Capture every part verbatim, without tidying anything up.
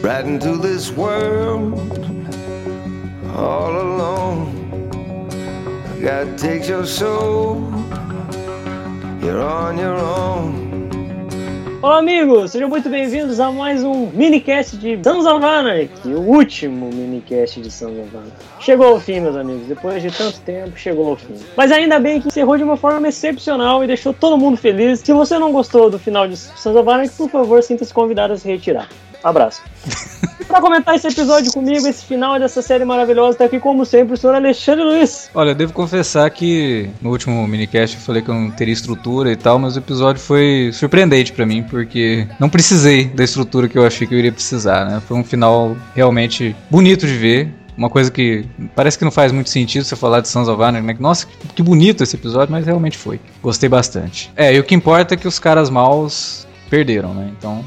right into this world all alone. God takes your soul, you're on your own. Olá, amigos! Sejam muito bem-vindos a mais um minicast de Sons of Anarchy, o último minicast de Sons of Anarchy. Chegou ao fim, meus amigos, depois de tanto tempo, chegou ao fim. Mas ainda bem que encerrou de uma forma excepcional e deixou todo mundo feliz. Se você não gostou do final de Sons of Anarchy, por favor, sinta-se convidado a se retirar. Abraço. Pra comentar esse episódio comigo, esse final dessa série maravilhosa, tá aqui como sempre o senhor Alexandre Luiz. Olha, eu devo confessar que no último minicast eu falei que eu não teria estrutura e tal, mas o episódio foi surpreendente pra mim, porque não precisei da estrutura que eu achei que eu iria precisar, né? Foi um final realmente bonito de ver. Uma coisa que parece que não faz muito sentido você falar de Sons of Anarchy, né? Nossa, que, que bonito esse episódio, mas realmente foi. Gostei bastante. É, e o que importa é que os caras maus perderam, né? Então...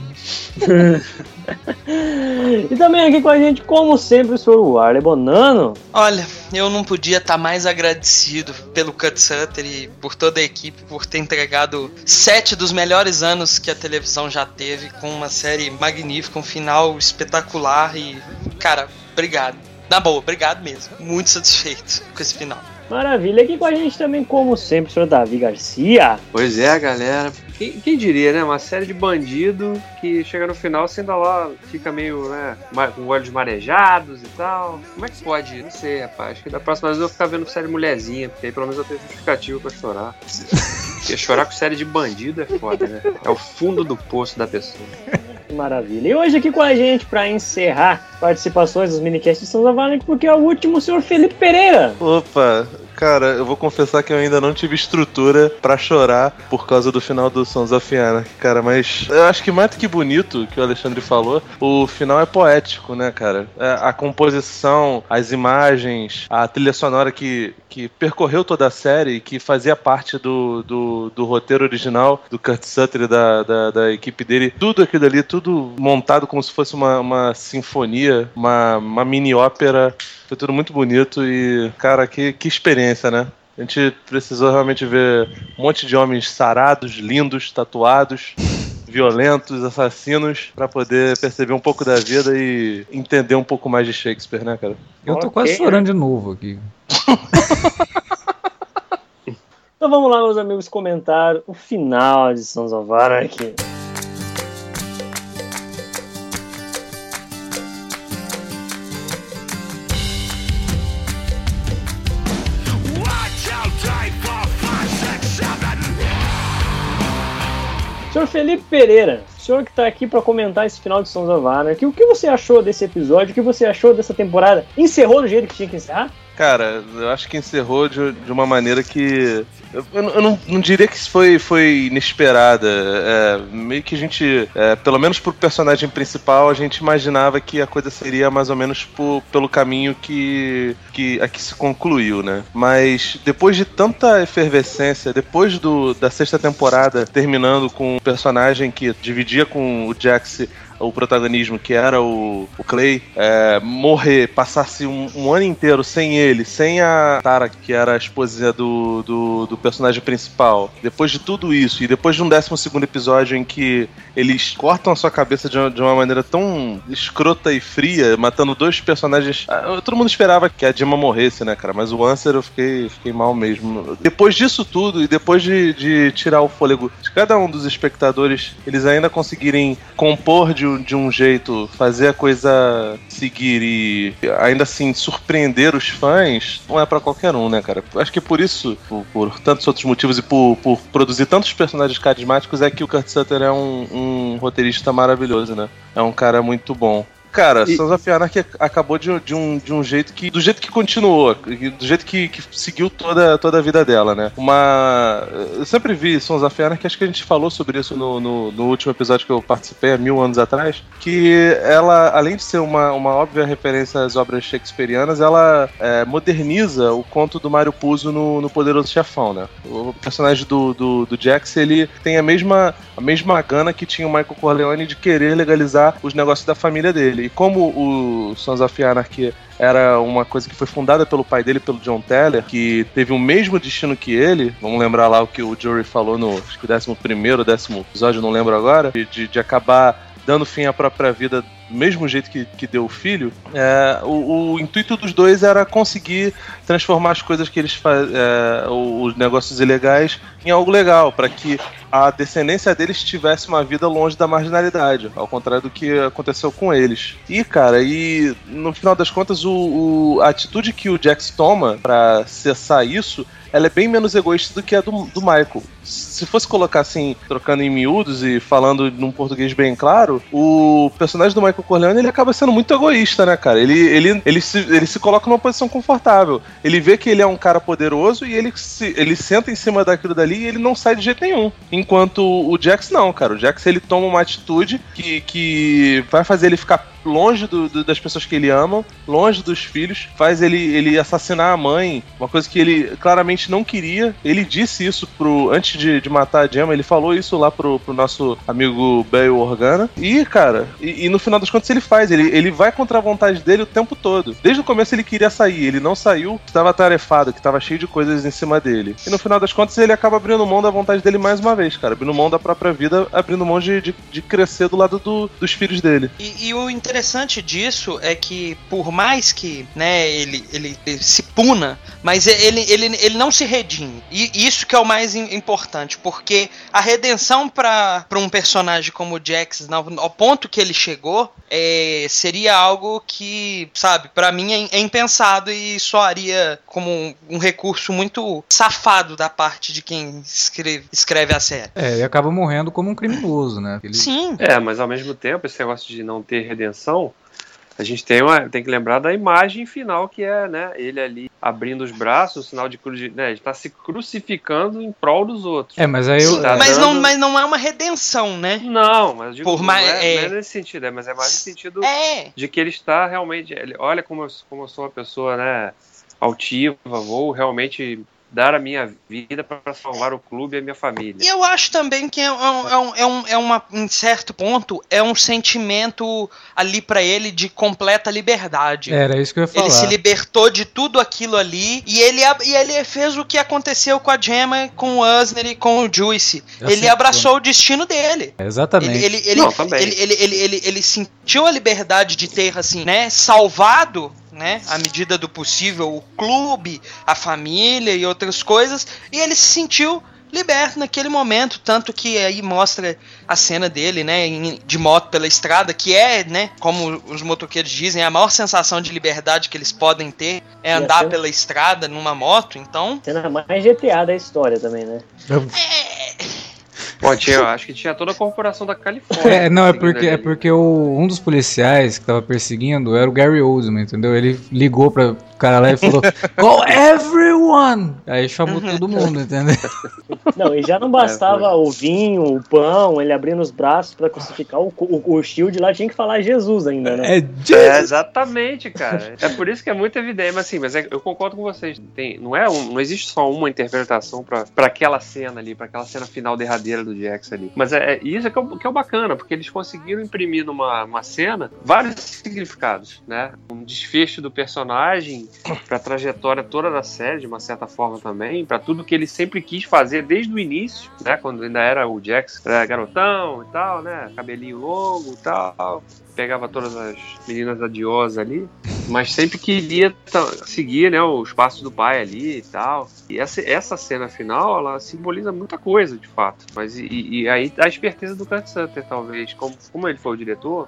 E também aqui com a gente, como sempre, o senhor Warley Bonano. Olha, eu não podia estar mais agradecido pelo Cut Sutter e por toda a equipe por ter entregado sete dos melhores anos que a televisão já teve, com uma série magnífica, um final espetacular e, cara, obrigado. Na boa, obrigado mesmo. Muito satisfeito com esse final. Maravilha. Aqui com a gente também, como sempre, o senhor Davi Garcia. Pois é, galera. Quem, quem diria, né? Uma série de bandido que chega no final, você ainda lá fica meio, né, com olhos marejados e tal. Como é que pode? Não sei, rapaz. Acho que da próxima vez eu vou ficar vendo série mulherzinha, porque aí pelo menos eu tenho justificativo pra chorar. Porque chorar com série de bandido é foda, né? É o fundo do poço da pessoa. Maravilha. E hoje aqui com a gente, pra encerrar participações dos minicasts de Sons of Anarchy, porque é o último, o senhor Felipe Pereira. Opa, cara, eu vou confessar que eu ainda não tive estrutura pra chorar por causa do final do Sons of Anarchy, cara, mas eu acho que mais do que bonito, que o Alexandre falou, o final é poético, né, cara? A composição, as imagens, a trilha sonora que, que percorreu toda a série, que fazia parte do, do, do roteiro original do Kurt Sutter e da, da, da equipe dele, tudo aquilo ali, tudo montado como se fosse uma, uma sinfonia, uma, uma mini ópera. Foi tudo muito bonito e, cara, que, que experiência, né? A gente precisou realmente ver um monte de homens sarados, lindos, tatuados, violentos, assassinos, pra poder perceber um pouco da vida e entender um pouco mais de Shakespeare, né, cara? Eu tô Okay. quase chorando de novo aqui. Então vamos lá, meus amigos, comentar o final de Sons of Anarchy. senhor Felipe Pereira, o senhor que está aqui para comentar esse final de Sons of Anarchy, o que você achou desse episódio? O que você achou dessa temporada? Encerrou do jeito que tinha que encerrar? Cara, eu acho que encerrou de, de uma maneira que... Eu, eu, eu não, não diria que foi, foi inesperada. É, meio que a gente, é, pelo menos pro personagem principal, a gente imaginava que a coisa seria mais ou menos por, pelo caminho que, que aqui se concluiu, né? Mas depois de tanta efervescência, depois do, da sexta temporada terminando com um personagem que dividia com o Jax o protagonismo, que era o, o Clay, é, morrer, passasse um, um ano inteiro sem ele, sem a Tara, que era a esposa do, do, do personagem principal, depois de tudo isso, e depois de um décimo segundo episódio em que eles cortam a sua cabeça de uma, de uma maneira tão escrota e fria, matando dois personagens, todo mundo esperava que a Gemma morresse, né, cara, mas o Answer eu fiquei, fiquei mal mesmo. Depois disso tudo, e depois de, de tirar o fôlego de cada um dos espectadores, eles ainda conseguirem compor de de um jeito, fazer a coisa seguir e ainda assim surpreender os fãs, não é pra qualquer um, né, cara? Acho que por isso, por, por tantos outros motivos e por, por produzir tantos personagens carismáticos, é que o Kurt Sutter é um, um roteirista maravilhoso, né? É um cara muito bom. Cara, e... Sons of Anarchy acabou de, de, um, de um jeito que... Do jeito que continuou, do jeito que, que seguiu toda, toda a vida dela, né? Uma... Eu sempre vi Sons of Anarchy, acho que a gente falou sobre isso no, no, no último episódio que eu participei, há mil anos atrás, que ela, além de ser uma, uma óbvia referência às obras shakespearianas, ela é, moderniza o conto do Mário Puzo no, no Poderoso Chefão, né? O personagem do, do, do Jax, ele tem a mesma, a mesma gana que tinha o Michael Corleone de querer legalizar os negócios da família dele. E como o Sons of Anarchy era uma coisa que foi fundada pelo pai dele, pelo John Teller, que teve o mesmo destino que ele, vamos lembrar lá o que o Jory falou no acho que décimo primeiro, décimo episódio, não lembro agora, de, de acabar dando fim à própria vida mesmo jeito que, que deu o filho, é, o, o intuito dos dois era conseguir transformar as coisas que eles fazem, é, os negócios ilegais, em algo legal, para que a descendência deles tivesse uma vida longe da marginalidade, ao contrário do que aconteceu com eles. E, cara, e no final das contas, o, o, a atitude que o Jax toma para cessar isso, ela é bem menos egoísta do que a do, do Michael. Se fosse colocar assim, trocando em miúdos e falando num português bem claro, o personagem do Michael Corleone, ele acaba sendo muito egoísta, né, cara? Ele, ele, ele, se, ele se coloca numa posição confortável. Ele vê que ele é um cara poderoso e ele, se, ele senta em cima daquilo dali e ele não sai de jeito nenhum. Enquanto o Jax não, cara. O Jax, ele toma uma atitude que, que vai fazer ele ficar longe do, do, das pessoas que ele ama, longe dos filhos, faz ele, ele assassinar a mãe, uma coisa que ele claramente não queria. Ele disse isso pro, antes de, de matar a Gemma, ele falou isso lá pro, pro nosso amigo Bail Organa. E, cara, e, e no final das contas ele faz, ele, ele vai contra a vontade dele o tempo todo. Desde o começo ele queria sair, ele não saiu, estava atarefado, que estava cheio de coisas em cima dele. E no final das contas ele acaba abrindo mão da vontade dele mais uma vez, cara, abrindo mão da própria vida, abrindo mão de, de, de crescer do lado do, dos filhos dele. E, e o interessante disso é que, por mais que, né, ele, ele, ele se puna, mas ele, ele, ele não se redime. E isso que é o mais importante, porque a redenção para um personagem como o Jax, ao ponto que ele chegou, é, seria algo que, sabe, pra mim é, é impensado e soaria como um, um recurso muito safado da parte de quem escreve, escreve a série. É, ele acaba morrendo como um criminoso, né? Ele... Sim. É, mas ao mesmo tempo, esse negócio de não ter redenção, a gente tem, uma, tem que lembrar da imagem final, que é, né, ele ali abrindo os braços, o sinal de cruz, né, ele está se crucificando em prol dos outros. É, mas aí eu... Sim, tá mas, dando... não, mas não é uma redenção, né? Não, mas eu digo, Por não, mais, é, é... não é nesse sentido, é, mas é mais no sentido é. de que ele está realmente, ele, olha como eu, como eu sou uma pessoa, né, altiva, vou realmente dar a minha vida para salvar o clube e a minha família. E eu acho também que é, um, é, um, é, um, é uma, em certo ponto, é um sentimento ali pra ele de completa liberdade. Era isso que eu ia falar. Ele se libertou de tudo aquilo ali e ele, e ele fez o que aconteceu com a Gemma, com o Usner e com o Juice. Eu ele sei, abraçou o destino dele. É, exatamente. Ele, ele, ele, Não, também. ele, ele, ele, ele, ele sentiu a liberdade de ter, assim, né, salvado, né, à medida do possível, o clube, a família e outras coisas, e ele se sentiu liberto naquele momento, tanto que aí mostra a cena dele, né, de moto pela estrada, que é, né, como os motoqueiros dizem, a maior sensação de liberdade que eles podem ter é andar cena... pela estrada numa moto, então... Cena mais G T A da história também, né? É... Bom, tinha, eu acho que tinha toda a corporação da Califórnia. É, não, é porque, é porque o, um dos policiais que tava perseguindo era o Gary Oldman, entendeu? Ele ligou pra cara lá e falou, call everyone! Aí chamou todo mundo, entendeu? Não, e já não bastava é, o vinho, o pão, ele abrindo os braços pra crucificar o, o, o shield lá, tinha que falar Jesus ainda, né? É, é exatamente, cara. É por isso que é muito evidente, mas assim, mas é, eu concordo com vocês. Tem, não, é um, não existe só uma interpretação pra, pra aquela cena ali, pra aquela cena final derradeira do Jax ali. Mas é, é isso é que, é o, que é o bacana, porque eles conseguiram imprimir numa uma cena vários significados, né? Um desfecho do personagem pra trajetória toda da série, de uma certa forma também, pra tudo que ele sempre quis fazer desde o início, né? Quando ainda era o Jax, era garotão e tal, né? Cabelinho longo e tal. Pegava todas as meninas adiosas ali, mas sempre queria seguir, né, os passos do pai ali e tal. E essa, essa cena final, ela simboliza muita coisa, de fato. Mas e, e aí a esperteza do Kurt Sutter, talvez, como, como ele foi o diretor,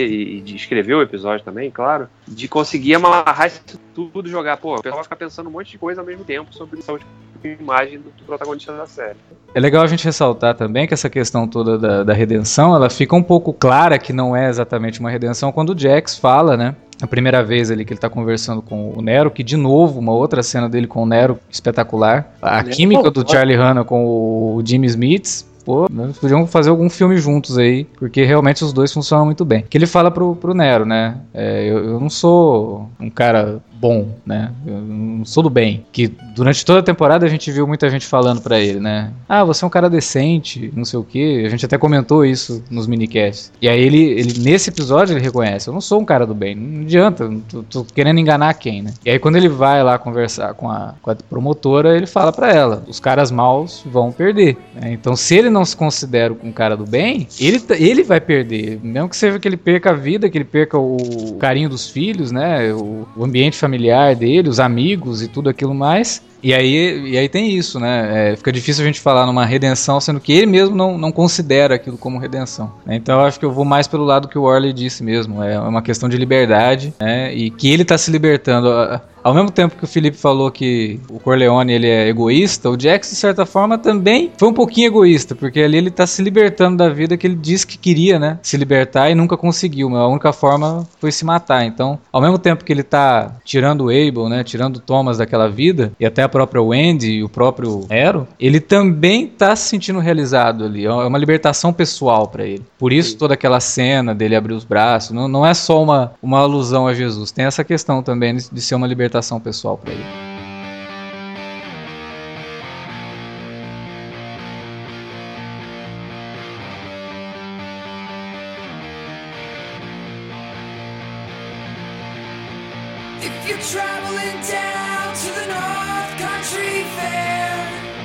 e de escrever o episódio também, claro, de conseguir amarrar isso tudo, jogar, pô, o pessoal vai ficar pensando um monte de coisa ao mesmo tempo sobre essa última imagem do protagonista da série. É legal a gente ressaltar também que essa questão toda da, da redenção, ela fica um pouco clara que não é exatamente uma redenção quando o Jax fala, né, a primeira vez ali que ele tá conversando com o Nero, que de novo, uma outra cena dele com o Nero espetacular, a química do Charlie Hanna com o Jimmy Smith. Pô, nós podiam fazer algum filme juntos aí, porque realmente os dois funcionam muito bem. Que ele fala pro, pro Nero, né? É, eu, eu não sou um cara bom, né? Eu não sou do bem. Que durante toda a temporada a gente viu muita gente falando pra ele, né? Ah, você é um cara decente, não sei o quê. A gente até comentou isso nos minicasts. E aí ele, ele nesse episódio, ele reconhece, eu não sou um cara do bem, não adianta, não tô, tô querendo enganar quem, né? E aí quando ele vai lá conversar com a, com a promotora, ele fala pra ela, os caras maus vão perder, né? Então se ele não se considera um cara do bem, ele, ele vai perder, mesmo que seja que ele perca a vida, que ele perca o carinho dos filhos, né? O, o ambiente familiar dele, os amigos e tudo aquilo mais. E aí, e aí tem isso, né? É, fica difícil a gente falar numa redenção, sendo que ele mesmo não, não considera aquilo como redenção, né? Então eu acho que eu vou mais pelo lado que o Orley disse mesmo. É uma questão de liberdade, né? E que ele tá se libertando. Ao mesmo tempo que o Felipe falou que o Corleone ele é egoísta, o Jax, de certa forma, também foi um pouquinho egoísta, porque ali ele tá se libertando da vida que ele disse que queria, né? Se libertar e nunca conseguiu. Mas a única forma foi se matar. Então, ao mesmo tempo que ele tá tirando o Abel, né? Tirando o Thomas daquela vida, e até a própria Wendy e o próprio Hero, ele também tá se sentindo realizado ali. É uma libertação pessoal pra ele. Por isso toda aquela cena dele abrir os braços, não, não é só uma, uma alusão a Jesus, tem essa questão também de, de ser uma libertação pessoal pra ele. If you're traveling down to the North Country Fair.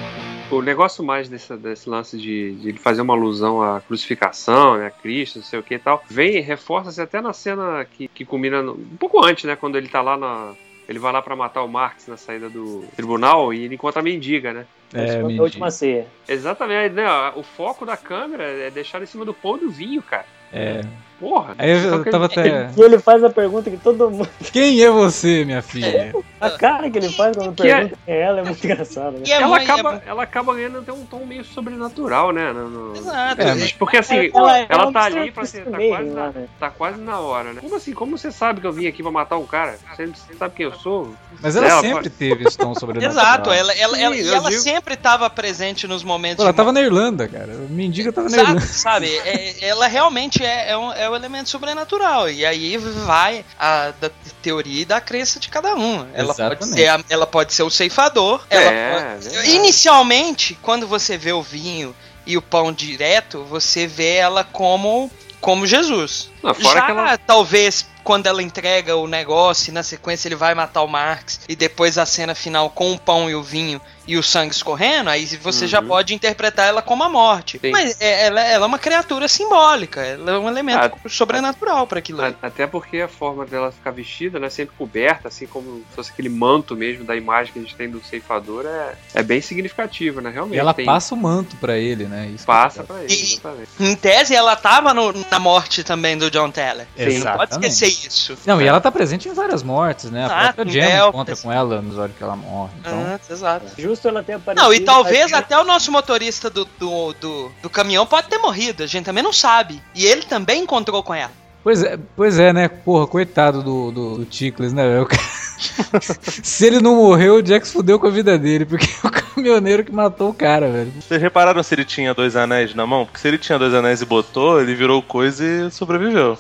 O negócio mais desse, desse lance de, de ele fazer uma alusão à crucificação, né, a Cristo, não sei o que e tal, vem e reforça-se até na cena que, que culmina no, um pouco antes, né, quando ele tá lá na... Ele vai lá pra matar o Marx na saída do tribunal e ele encontra a mendiga, né? É, a última ceia. Exatamente, né? O foco da câmera é deixar em cima do pão e do vinho, cara. É. Porra. Aí eu, eu tava até... E ele faz a pergunta que todo mundo... Quem é você, minha filha? A cara que ele faz quando Que pergunta quem é ela é muito engraçada, né? E é ela, mãe, acaba, é... ela acaba ganhando até um tom meio sobrenatural, né? No, no... Exato. É, mas... Porque assim, ela, ela, ela tá é um ali pra ser, tá, meio, quase na, né? tá quase na hora, né? Como assim? Como você sabe que eu vim aqui pra matar um cara? Você, você sabe quem eu sou? Mas ela, Ela sempre pode- teve esse tom sobrenatural. Exato, ela, ela, ela, Sim, e eu ela digo- sempre estava presente nos momentos. Pô, ela de tava na Irlanda, cara. A mendiga tava na Exato, Irlanda. sabe? É- ela realmente é, é, um, é um elemento sobrenatural. E aí vai a da teoria e da crença de cada um. Ela pode, Exatamente. ser, a- ela pode ser o ceifador. É, Ela pode- verdade. Inicialmente, quando você vê o vinho e o pão direto, você vê ela como, como Jesus. Não, fora Já que ela- talvez quando ela entrega o negócio e na sequência ele vai matar o Marx e depois a cena final com o pão e o vinho e o sangue escorrendo, aí você Uhum. já pode interpretar ela como a morte. Sim. Mas é- ela, ela é uma criatura simbólica, ela é um elemento Ah, sobrenatural para aquilo aí. A- Até porque a forma dela ficar vestida, né, sempre coberta, assim como se fosse aquele manto mesmo da imagem que a gente tem do ceifador, é, é bem significativa, né? Realmente. E ela tem- passa o manto pra ele, né? Isso que passa é pra ele, E- exatamente. Em tese, ela tava no- na morte também do John Teller. Exatamente. Não pode esquecer isso. Não, e ela tá presente em várias mortes, né? A Exato, própria em Gemma Belfast. encontra com ela no episódio que ela morre. Então, Ah, exato. Justo ela ter aparecido. Não, e talvez mas- até o nosso motorista do, do, do, do caminhão pode ter morrido, a gente também não sabe. E ele também encontrou com ela. pois, é, pois é, né? Porra, coitado do, do, do Chicles, né? velho? O cara- Se ele não morreu, o Jax fudeu com a vida dele, porque é o caminhoneiro que matou o cara, velho. Vocês repararam se ele tinha dois anéis na mão? Porque se ele tinha dois anéis e botou, ele virou coisa e sobreviveu.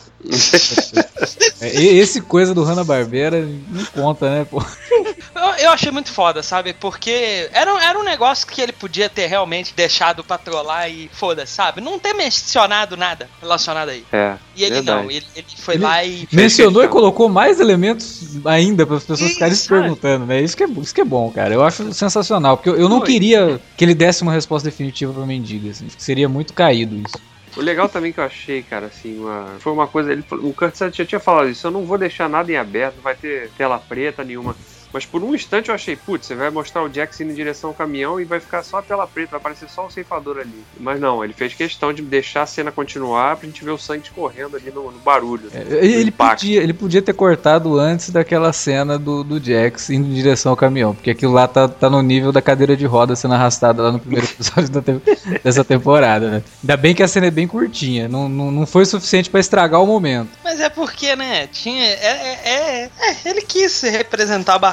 É, e- esse coisa do Hanna-Barbera não conta, né, pô? Eu, eu achei muito foda, sabe? Porque era, um- era um negócio que ele podia ter realmente deixado pra trollar e foda, sabe? Não ter mencionado nada relacionado aí. É. E ele verdade. não, ele, ele foi Ele lá e. Mencionou e questão. colocou mais elementos ainda para as pessoas Isso, ficarem se sabe? perguntando, né? Isso que, é, isso que é bom, cara. Eu acho sensacional, porque eu, eu não Foi. queria que ele desse uma resposta definitiva pra mendiga, assim. Acho que seria muito caído isso. O legal também que eu achei, cara, assim, uma, foi uma coisa. Ele, falou- o Kurt já tinha falado isso. Eu não vou deixar nada em aberto, não vai ter tela preta nenhuma. Mas por um instante eu achei, putz, você vai mostrar o Jax indo em direção ao caminhão e vai ficar só a tela preta, vai aparecer só o ceifador ali. Mas não, ele fez questão de deixar a cena continuar pra gente ver o sangue escorrendo ali no, no barulho. É, assim, ele, no impacto. podia, ele podia ter cortado antes daquela cena do, do Jax indo em direção ao caminhão, porque aquilo lá tá, tá no nível da cadeira de roda sendo arrastada lá no primeiro episódio da te- dessa temporada, né? Ainda bem que a cena é bem curtinha, não, não, não foi suficiente pra estragar o momento. Mas é porque, né? Tinha. É, é, é, é, ele quis representar bastante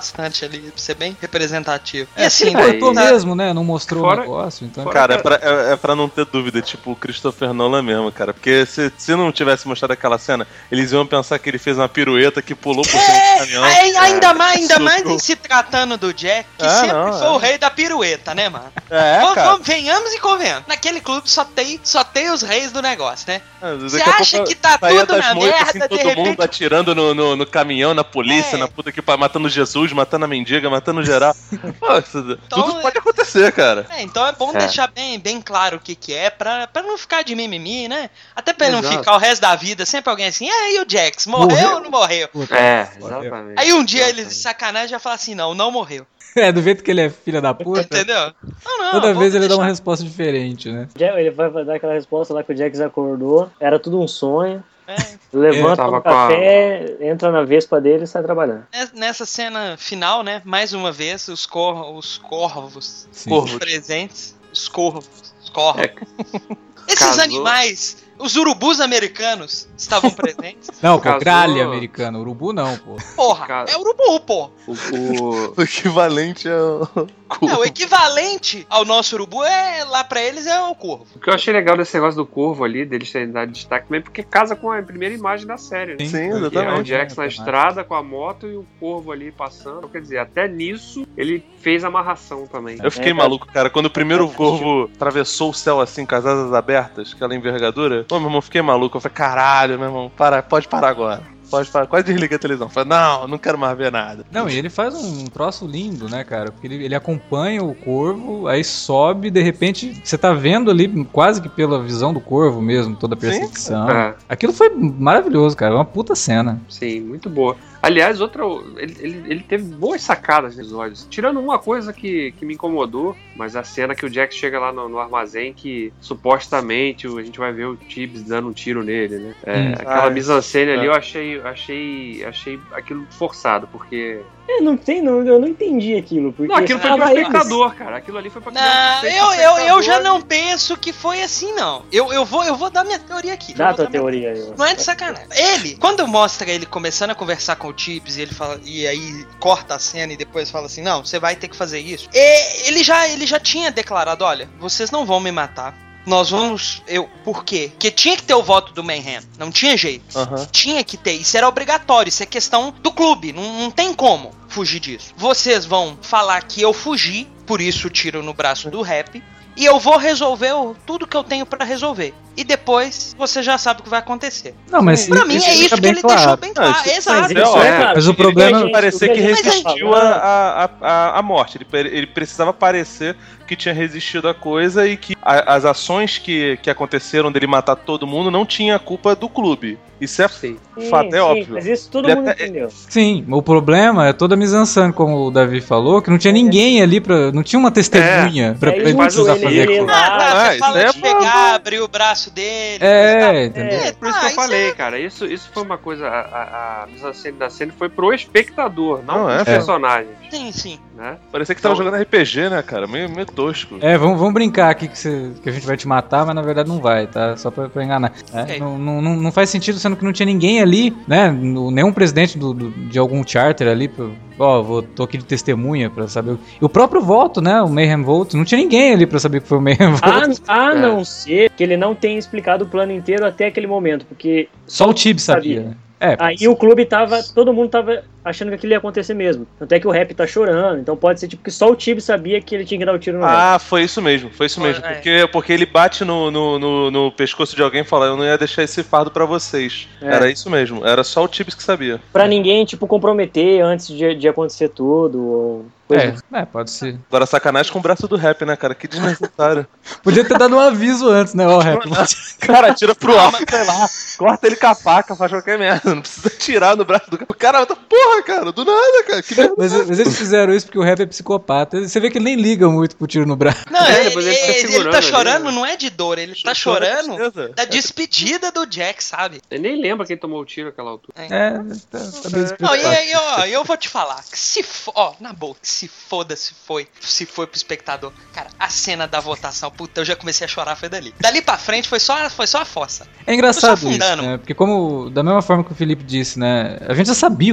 bastante ali, pra ser bem representativo. E É, assim, ele cortou tá- mesmo, né? Não mostrou Fora- o negócio, então... Cara, é pra, é, é pra não ter dúvida, tipo o Christopher Nolan mesmo, cara. Porque se, se não tivesse mostrado aquela cena, eles iam pensar que ele fez uma pirueta que pulou por cima do É, caminhão. aí, ainda mais, ainda Subiu. mais em se tratando do Jack, que Ah, sempre não, foi é. o rei da pirueta, né, mano? É, Vamos- cara. vamos- venhamos e convenhamos. Naquele clube só tem, só tem os reis do negócio, né? Ah, daqui Você a pouco acha que tá saía tudo das na moitas, merda, assim, de todo repente- mundo atirando no, no, no caminhão, na polícia, É. na puta que pariu, matando Jesus, matando a mendiga, matando geral. Pô, isso- Então, tudo é- pode acontecer, cara. É, então é bom É. deixar bem, bem claro o que que é, pra, pra não ficar de mimimi, né? Até pra ele não Exato. ficar o resto da vida sempre alguém assim, e aí o Jax, morreu, Morreu? ou não morreu? Puta, É, morreu. exatamente. Aí um dia ele de Exatamente. sacanagem já fala assim, não, não morreu. É, do jeito que ele é filha da puta, Entendeu? Não, não, toda vamos vez ele dá deixar- uma resposta diferente, né? Ele vai dar aquela resposta lá que o Jax acordou, era tudo um sonho. É. Levanta, Tava toma com a- café, entra na vespa dele e sai trabalhando. Nes- Nessa cena final, né? Mais uma vez, os, cor os corvos Sim. Corvos. presentes. Os corvos. Os corvos. É, Esses casou. animais, os urubus americanos, estavam presentes. Não, pô, Casou- gralha americano, urubu não, pô. Porra, Cara. é urubu, pô. O, o- O equivalente ao. É, o equivalente ao nosso urubu é lá pra eles é o corvo. o que eu achei legal desse negócio do corvo ali, deles terem dado destaque também, porque casa com a primeira imagem da série, né? Sim, Que é o exatamente. Jax na É, estrada com a moto e o corvo ali passando. Quer dizer, até nisso ele fez amarração também. Eu fiquei É, maluco, cara. Quando o primeiro É, corvo atravessou o céu assim, com as asas abertas, aquela envergadura, pô, meu irmão, fiquei maluco. Eu falei, caralho, meu irmão, para, pode parar agora. Pode parar. Quase desliguei a televisão. Falei, não, não quero mais ver nada. Não, e ele faz um troço lindo, né, cara? Porque ele, ele acompanha o corvo, aí sobe, de repente você tá vendo ali, quase que pela visão do corvo mesmo, toda a perseguição. É, Aquilo foi maravilhoso, cara. Uma puta cena. sim, muito boa. Aliás, outra. Ele, ele, ele teve boas sacadas nos episódios. Tirando uma coisa que, que me incomodou, mas a cena que o Jax chega lá no, no armazém, que supostamente o- a gente vai ver o Tibbs dando um tiro nele, né? É, Hum. aquela Ah, mise-en-scène ali é. eu achei, achei, achei aquilo forçado, porque. É, não tem, não, eu não entendi aquilo. Porque Não, aquilo foi pro tava eles- espectador, cara. Aquilo ali foi pra criar Não, suspense eu, pro eu, eu espectador. já não penso que foi assim, não. Eu, eu, vou, eu vou dar minha teoria aqui. Dá Eu a vou tua dar minha- teoria aí. ó. Não é de sacanagem. Ele, quando mostra ele começando a conversar com o Tibbs e ele fala e aí corta a cena e depois fala assim, não, você vai ter que fazer isso. E ele já, ele já tinha declarado, olha, vocês não vão me matar. Nós vamos. Eu. Por quê? Porque tinha que ter o voto do Mayhem. Não tinha jeito. Aham. Tinha que ter. Isso era obrigatório. Isso é questão do clube. Não, não tem como fugir disso. Vocês vão falar que eu fugi, por isso o tiro no braço do Rap. E eu vou resolver o- tudo que eu tenho pra resolver. E depois você já sabe o que vai acontecer. Não, mas Pra mim é fica isso que bem ele claro. deixou bem claro. Não, isso- Exato. Mas É, isso ó, é claro. mas o que problema- a gente- Parecer o que a gente resistiu fala- a, a, a, a morte. Ele, pre- ele precisava parecer que tinha resistido à coisa e que a- as ações que, que aconteceram dele matar todo mundo não tinha culpa do clube. Isso é Sim. fato, é Sim, óbvio. Mas isso todo Ele mundo até- entendeu. Sim, o problema é toda a mise-en-scène, como o Davi falou, que não tinha ninguém ali pra. Não tinha uma testemunha pra, Aí pra ele faz o precisar ele- fazer ele- aquilo. Ah, tá, Ah, você isso fala é de pegar, abrir o braço dele. É, entendeu? É, Por isso Ah, que eu isso falei, é- cara. Isso, isso foi uma coisa. A, a, a mise-en-scène da cena foi pro espectador, não, Não, pros é, personagens. Sim, sim. Né? Parecia que tava Então- jogando R P G, né, cara? Meio, meio tosco. É, vamos, vamos brincar aqui que, você- que a gente vai te matar, mas na verdade não vai, tá? Só pra, pra enganar. É, Ok. não, não, não- não faz sentido, sendo que não tinha ninguém ali, né? no- Nenhum presidente do, do- de algum charter ali, pra, ó, vou, tô aqui de testemunha pra saber. o- E o próprio voto, né? O Mayhem Vote, não tinha ninguém ali pra saber que foi o Mayhem Vote. A, a É. não ser que ele não tenha explicado o plano inteiro até aquele momento, porque Só o Tibbs sabia, sabia. né? É, aí o clube tava, todo mundo tava achando que aquilo ia acontecer mesmo. Tanto é que o Rap tá chorando, então pode ser tipo que só o Tibbs sabia que ele tinha que dar o tiro no Rap. Ah, foi isso mesmo, foi isso Foi, mesmo. é. Porque, porque ele bate no, no, no, no pescoço de alguém e fala, eu não ia deixar esse fardo pra vocês. É. Era isso mesmo, era só o Tibbs que sabia. Pra ninguém, tipo, comprometer antes de, de acontecer tudo, ou coisa é, é, pode ser. Agora sacanagem com o braço do Rap, né, cara? Que desnecessário. Podia ter dado um aviso antes, né? Ó, Rap. Cara, tira pro alto, sei lá. Corta ele com a faca, faz qualquer merda. Não precisa tirar no braço do cara. O cara, tá porra, cara, do nada, cara. Que merda. Mas, mas eles fizeram isso porque o Rap é psicopata. Você vê que ele nem liga muito pro tiro no braço. Não, É, ele, depois ele fica ele- ele segurando tá ali, chorando, né? não é de dor, ele tá Chora de chorando tristeza. da despedida do Jack, sabe? Eu nem lembro quem tomou o tiro naquela altura. É, tá, tá bem Não, e explicado. aí, ó, eu vou te falar, que se for, ó, na boa, que se foda, se foi, se foi pro espectador. Cara, a cena da votação, puta, eu já comecei a chorar, foi dali. Dali pra frente foi só, foi só a fossa. É engraçado Tô só isso, afundando. né? Porque como, da mesma forma que o Felipe disse, né? A gente já sabia o que ia acontecer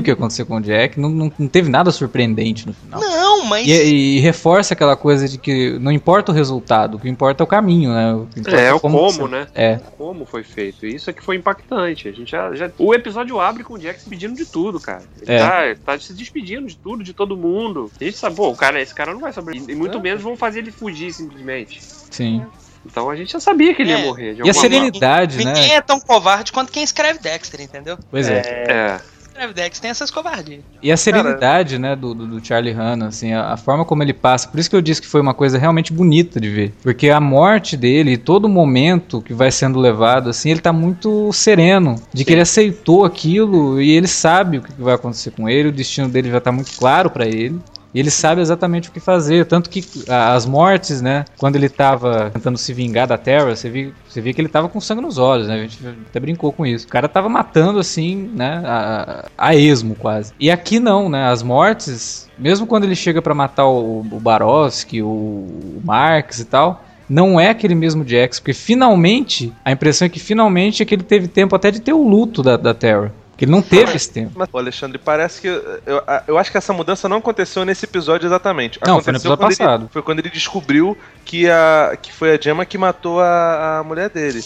com o Jack, não, não, não teve nada surpreendente no final. Não, mas... E, e reforça aquela coisa de que não importa o resultado, o que importa é o caminho, né? O que importa É, o como, você- né? É. Como foi feito. E isso aqui foi impactante. A gente já, já- O episódio abre com o Jack se pedindo de tudo, cara. Ele É. tá, tá se despedindo de tudo, de todo mundo. A gente sabe, pô, o cara, esse cara não vai sobreviver. E muito menos vão fazer ele fugir simplesmente. Sim. Então a gente já sabia que ele ia É. morrer. de E a alguma forma. serenidade, Ninguém né? é tão covarde quanto quem escreve Dexter, entendeu? Pois é. É. Escreve Dexter tem essas covardias. E a serenidade, né, do, do, do Charlie Hanna, assim, a, a forma como ele passa. Por isso que eu disse que foi uma coisa realmente bonita de ver. Porque a morte dele, todo momento que vai sendo levado, assim, ele tá muito sereno. De que ele aceitou aquilo e ele sabe o que vai acontecer com ele, o destino dele já tá muito claro pra ele. E ele sabe exatamente o que fazer. Tanto que a- as mortes, né? Quando ele tava tentando se vingar da Terra, você via, você via que ele tava com sangue nos olhos, né? A gente até brincou com isso. O cara tava matando, assim, né? A, a esmo, quase. E aqui não, né? As mortes, mesmo quando ele chega pra matar o, o Barowski, o, o Marx e tal, não é aquele mesmo Jax. Porque finalmente, a impressão é que finalmente é que ele teve tempo até de ter o luto da, da Terra. Porque ele não teve esse tempo. Mas, pô, Alexandre, parece que. Eu, eu acho que essa mudança não aconteceu nesse episódio exatamente. Não, foi no Aconteceu episódio quando ele- passado. foi quando ele descobriu que, a, que foi a Gemma que matou a, a mulher dele.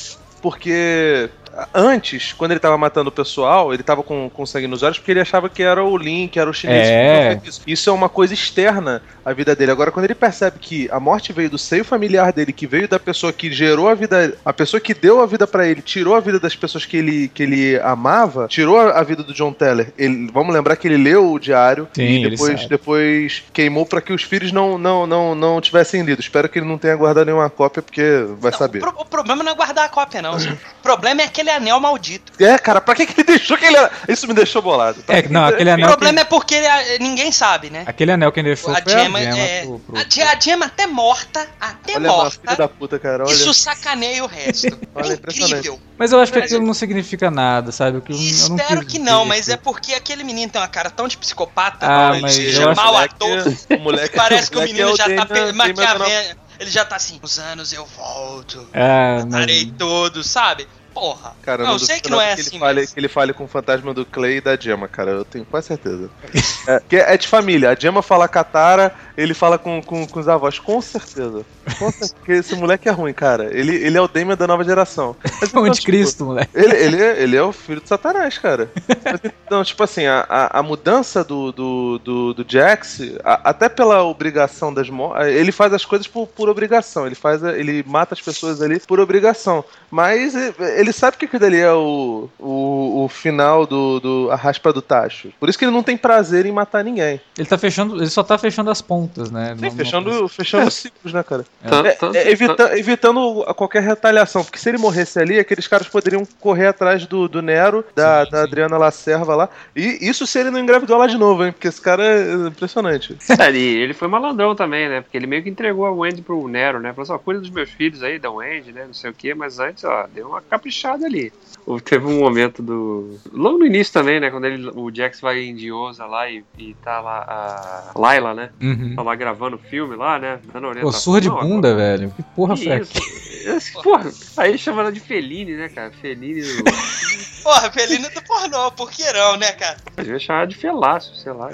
Porque antes, quando ele tava matando o pessoal, ele tava com, com sangue nos olhos porque ele achava que era o Lin, que era o chinês. É. que tinha feito Isso. Isso é uma coisa externa à vida dele. Agora, quando ele percebe que a morte veio do seio familiar dele, que veio da pessoa que gerou a vida, a pessoa que deu a vida pra ele, tirou a vida das pessoas que ele, que ele amava, tirou a, a vida do John Teller. Ele, vamos lembrar que ele leu o diário Sim, e ele depois, sabe. depois queimou pra que os filhos não, não, não, não tivessem lido. Espero que ele não tenha guardado nenhuma cópia, porque vai Não, saber. O, pro- o problema não é guardar a cópia, não. O problema é aquele anel maldito. É, cara, pra que, que ele deixou que ele era... Isso me deixou bolado. Pra É, que que não, ele- aquele O anel. problema que, é porque ele- ninguém sabe, né? aquele anel que ele deixou A foi Gemma, a Gemma é, pro, pro- a, Ge- a Gemma até morta, até Olha, mano, filho morta, da puta, cara. Olha. isso sacaneia o resto. Olha, É impressionante. incrível. Mas eu acho que Mas aquilo não significa nada, sabe? O que eu, E eu não espero quis que não, dizer mas que- é porque aquele menino tem uma cara tão de psicopata, Ah, de mas eu chamar acho o ator, o moleque, parece que o moleque menino é já tá Damon- pe- maquiavel- Damon- ele já tá assim, uns anos eu volto, Ah, mas... parei tudo, sabe? Porra. Cara, não, eu duvido sei que não é que assim, ele fale, mas... que ele fale com o fantasma do Clay e da Gemma, cara. Eu tenho quase certeza. É, que é de família. A Gemma fala com a Tara, ele fala com, com, com os avós. Com certeza. Com certeza. Porque esse moleque é ruim, cara. Ele, ele é o Damien da nova geração. Mas, O então, anticristo, moleque. Ele, ele, é, ele é o filho de Satanás, cara. Mas, então, tipo assim, a, a, a mudança do, do, do, do Jax, a- até pela obrigação das mortes, ele faz as coisas por, por obrigação. Ele faz, a- ele mata as pessoas ali por obrigação. Mas e- ele sabe que aquilo ali é o, o, o final do, do a raspa do tacho. Por isso que ele não tem prazer em matar ninguém. Ele tá fechando, ele só tá fechando as pontas, né? Sim, Não- fechando, fechando os ciclos, né, cara? Tanto- É, tanto- é, evita- evitando a qualquer retaliação, porque se ele morresse ali, aqueles caras poderiam correr atrás do, do Nero, da, Sim, da sim. Adriana Lacerva lá. E isso se ele não engravidou lá de novo, hein? Porque esse cara é impressionante. É, ele, ele foi malandrão também, né? Porque ele meio que entregou a Wendy pro Nero, né? Falou assim, ó, cuida dos meus filhos aí, da Wendy, né? Não sei o quê, mas antes, ó, deu uma caprichada ali. Houve- Teve um momento do... Logo no início também, né? Quando ele, o Jax vai em Diosa lá e, e tá lá a Layla, né? Uhum. Tá lá gravando o filme lá, né? Dando Pô, orientação. surra de Não, bunda, velho. Que porra que foi isso? aquela? Esse- Porra, aí chama ela de Feline, né, cara? Feline do... Porra, Felina do pornô, porqueirão, né, cara? Podia chamar ela de Felácio, sei lá.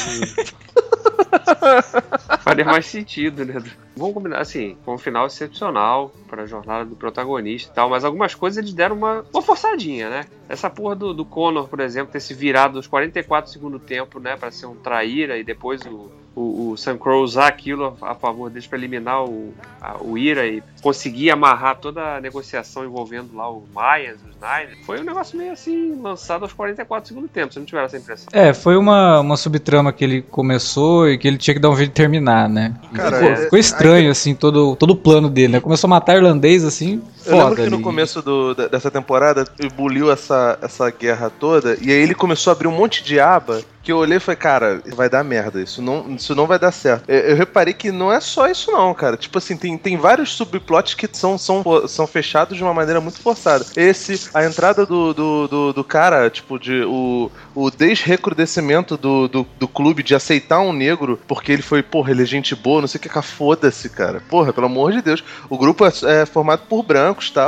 Faria mais sentido, né? Vamos combinar, assim, foi um final excepcional para a jornada do protagonista e tal, mas algumas coisas eles deram uma, uma forçadinha, né? Essa porra do, do Connor, por exemplo, ter se virado nos quarenta e quatro segundos do tempo, né, para ser um traíra e depois o, o, o Sam Crow usar aquilo a, a favor deles para eliminar o, a, o Ira e conseguir amarrar toda a negociação envolvendo lá o Myers, os Niners, foi um negócio meio assim, lançado aos quarenta e quatro segundos do tempo, se não tiver essa impressão. É, foi uma, uma subtrama que ele começou e que ele tinha que dar um jeito de terminar, né? Cara, ficou, é- ficou estranho, assim, todo, todo o plano dele, né? Começou a matar irlandês, assim, Eu lembro foda que no ali. começo do- da- dessa temporada buliu essa, essa guerra toda, e aí ele começou a abrir um monte de aba, que eu olhei e falei, cara, vai dar merda, isso não, isso não vai dar certo. Eu, eu reparei que não é só isso não, cara. Tipo assim, tem, tem vários subplots que são, são, são fechados de uma maneira muito forçada. Esse, a entrada do, do, do, do cara, tipo, de o, o desrecrudescimento do, do, do clube de aceitar um negro, porque ele foi, porra, ele é gente boa, não sei o que, cara, foda-se, cara. Porra, pelo amor de Deus. O grupo é, é formado por brancos e tal.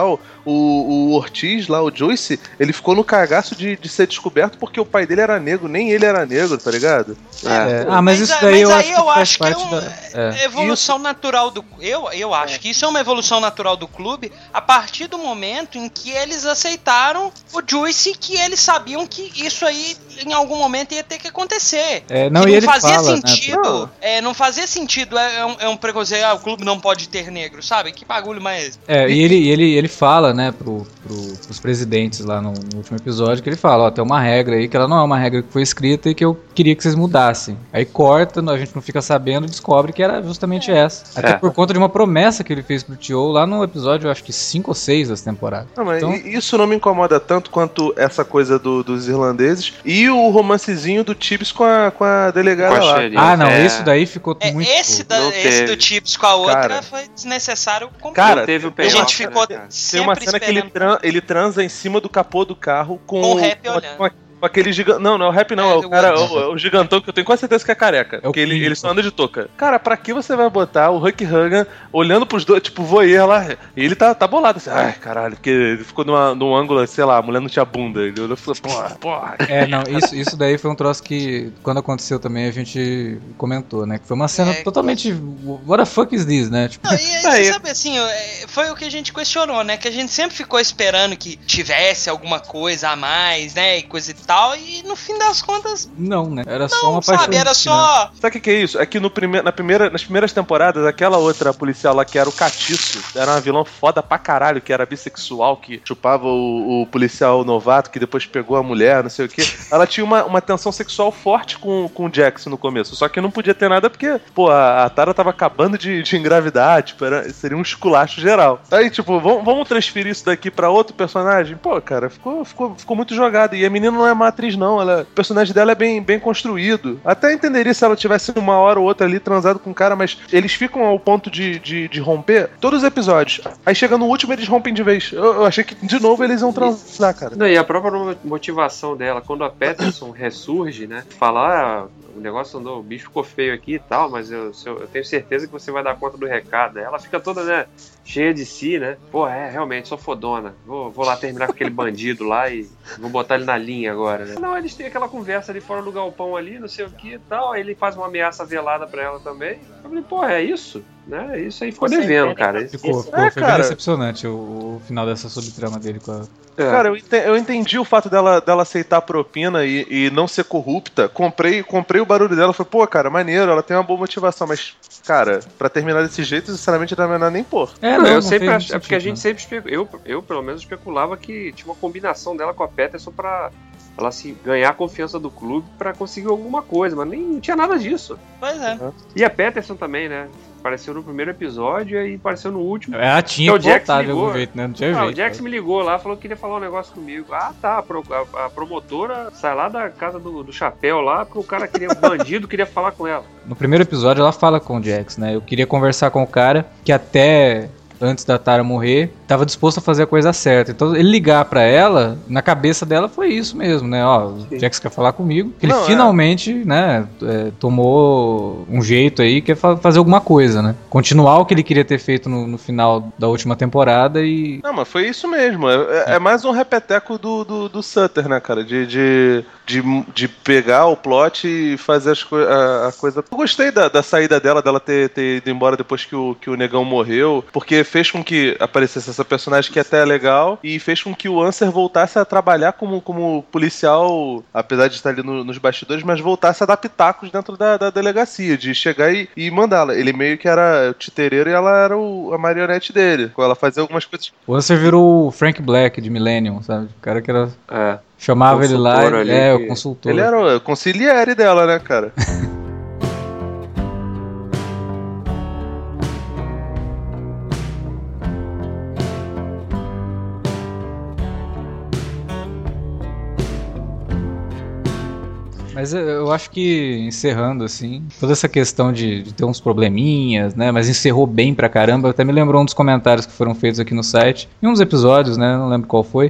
o, o Ortiz lá, o Joyce, ele ficou no cagaço de, de ser descoberto porque o pai dele era negro, nem ele era negro, tá ligado? É. Ah, mas, Mas, isso daí mas eu aí acho eu que faz acho que é parte uma da... É. evolução natural do. Eu, eu acho que isso é uma evolução natural do clube a partir do momento em que eles aceitaram o Juice, que eles sabiam que isso aí em algum momento ia ter que acontecer. É, não, que e não ele fazia fala, né, sentido. pô? É, não fazia sentido. É, é um, é um preconceito. Ah, o clube não pode ter negro, sabe? Que bagulho mais. É, e ele, ele, ele fala, né, pro, pro, pros presidentes lá no, no último episódio, que ele fala, ó, tem uma regra aí que ela não é uma regra que foi escrita e que eu queria que vocês mudassem. Aí corta, a gente não fica sabendo e descobre que era justamente essa. Até É. por conta de uma promessa que ele fez pro Tio lá no episódio, eu acho que cinco ou seis dessa temporada. Não, mas Então- i- isso não me incomoda tanto quanto essa coisa do- dos irlandeses e o romancezinho do Tibbs com a, com a delegada Com a lá. Sherry. Ah, não, É. isso daí ficou É, muito... esse, da- Não esse teve. do Chips com a outra Cara. foi desnecessário. completo. Cara, Não teve o a payoff, gente né, ficou cara? Tem sempre uma cena que ele, esperando. tran- ele transa em cima do capô do carro com, Com o rap com, olhando. com, a- com aquele gigante. Não, não é o rap, não. É, É, do o cara, outro. o, é o gigantão que eu tenho quase certeza que é careca. É o porque ele, Clinton. ele só anda de touca. Cara, pra que você vai botar o Huck Hogan olhando pros dois, tipo, voyeur lá? E ele tá, tá bolado assim. Ai, caralho, porque ele ficou numa, num ângulo, sei lá, a mulher não tinha bunda. Ele olhou e falou, porra, porra. É, não, isso, isso daí foi um troço que, quando aconteceu também, a gente comentou, né? Que foi uma cena É, totalmente... What the fuck is this, né? Tipo, Não, e aí, Aí. você sabe assim, é, foi o que a gente questionou, né? Que a gente sempre ficou esperando que tivesse alguma coisa a mais, né? E coisa e tal. E no fim das contas, não, né? Era só não, uma sabe? paixão. Era só. Sabe o que, que é isso? É que no prime na primeira, nas primeiras temporadas, aquela outra policial lá que era o Catiço, era uma vilã foda pra caralho, que era bissexual, que chupava o, o policial novato, que depois pegou a mulher, não sei o que. Ela tinha uma, uma tensão sexual forte com, com o Jax no começo. Só que não podia ter nada porque, pô, a, a Tara tava acabando de, de engravidar, tipo, era, seria um esculacho geral. Aí, tipo, vamos, vamos transferir isso daqui pra outro personagem? Pô, cara, ficou, ficou, ficou muito jogado. E a menina não é uma atriz, não. Ela, o personagem dela é bem, bem construído. Até entenderia se ela tivesse uma hora ou outra ali transado com o cara, mas eles ficam ao ponto de, de, de romper todos os episódios. Aí chega no último, eles rompem de vez. Eu, eu achei que, de novo, eles iam transar, cara. Não, e a própria motivação dela, quando a Peterson ressurge, né? Falar, ah, o negócio andou, o bicho ficou feio aqui e tal, mas eu, se eu, eu tenho certeza que você vai dar conta do recado. Ela fica toda, né, cheia de si, né? Pô, é, realmente, sou fodona. Vou, vou lá terminar com aquele bandido lá e vou botar ele na linha agora, né? Não, eles têm aquela conversa ali fora do galpão ali, não sei o que e tal, aí ele faz uma ameaça velada pra ela também. Eu falei, pô, é isso? Né? Isso aí ficou Você devendo, entende cara. que- Ficou, Isso. ficou, É, foi bem cara. decepcionante o, o final dessa subtrama dele com a... É. Cara, eu ente- eu entendi o fato dela, dela aceitar a propina e, e não ser corrupta. Comprei, comprei o barulho dela. Falei, pô, cara, maneiro, ela tem uma boa motivação. Mas, cara, pra terminar desse jeito, sinceramente, não é menor nem pôr. É, Não, eu não sempre fez acho, é muito porque a sentido, gente sempre espe- eu, eu pelo menos especulava que tinha uma combinação dela com a Peterson pra ela se ganhar a confiança do clube pra conseguir alguma coisa, mas nem não tinha nada disso. Pois é. E a Peterson também, né? Apareceu no primeiro episódio e apareceu no último. né? Ela tinha Então, que o Jax voltar de ligou. algum jeito, né? Não tinha Ah, jeito. o Jax me ligou lá, falou que queria falar um negócio comigo. Ah, tá, a, pro- a- a promotora sai lá da casa do, do chapéu lá, porque o cara queria, o bandido queria falar com ela. No primeiro episódio ela fala com o Jax, né? Eu queria conversar com o cara que até antes da Tara morrer, tava disposto a fazer a coisa certa. Então ele ligar pra ela, na cabeça dela foi isso mesmo, né? Ó, o Sim. Jax quer falar comigo. Que ele Não, é. finalmente, né, é, tomou um jeito aí, quer fa- fazer alguma coisa, né? Continuar o que ele queria ter feito no, no final da última temporada e... Não, mas foi isso mesmo. É, é- é mais um repeteco do, do, do Sutter, né, cara? De, de, de, de pegar o plot e fazer as coi- a, a coisa. Eu gostei da, da saída dela, dela ter, ter ido embora depois que o, que o negão morreu, porque fez com que aparecesse essa personagem que até é legal e fez com que o Answer voltasse a trabalhar como, como policial, apesar de estar ali no- nos bastidores, mas voltasse a dar pitacos dentro da, da delegacia, de chegar e, e mandá-la. Ele meio que era o titereiro e ela era o- a marionete dele. Ela fazia algumas coisas. O Answer virou o Frank Black de Millennium, sabe? O cara que era... É. Chamava ele lá, Consultor ali é, que- o consultor. Ele era o conciliere dela, né, cara? Mas Mas eu, eu acho que, encerrando, assim, toda essa questão de, de ter uns probleminhas, né, mas encerrou bem pra caramba, até me lembrou um dos comentários que foram feitos aqui no site, em um dos episódios, né, não lembro qual foi,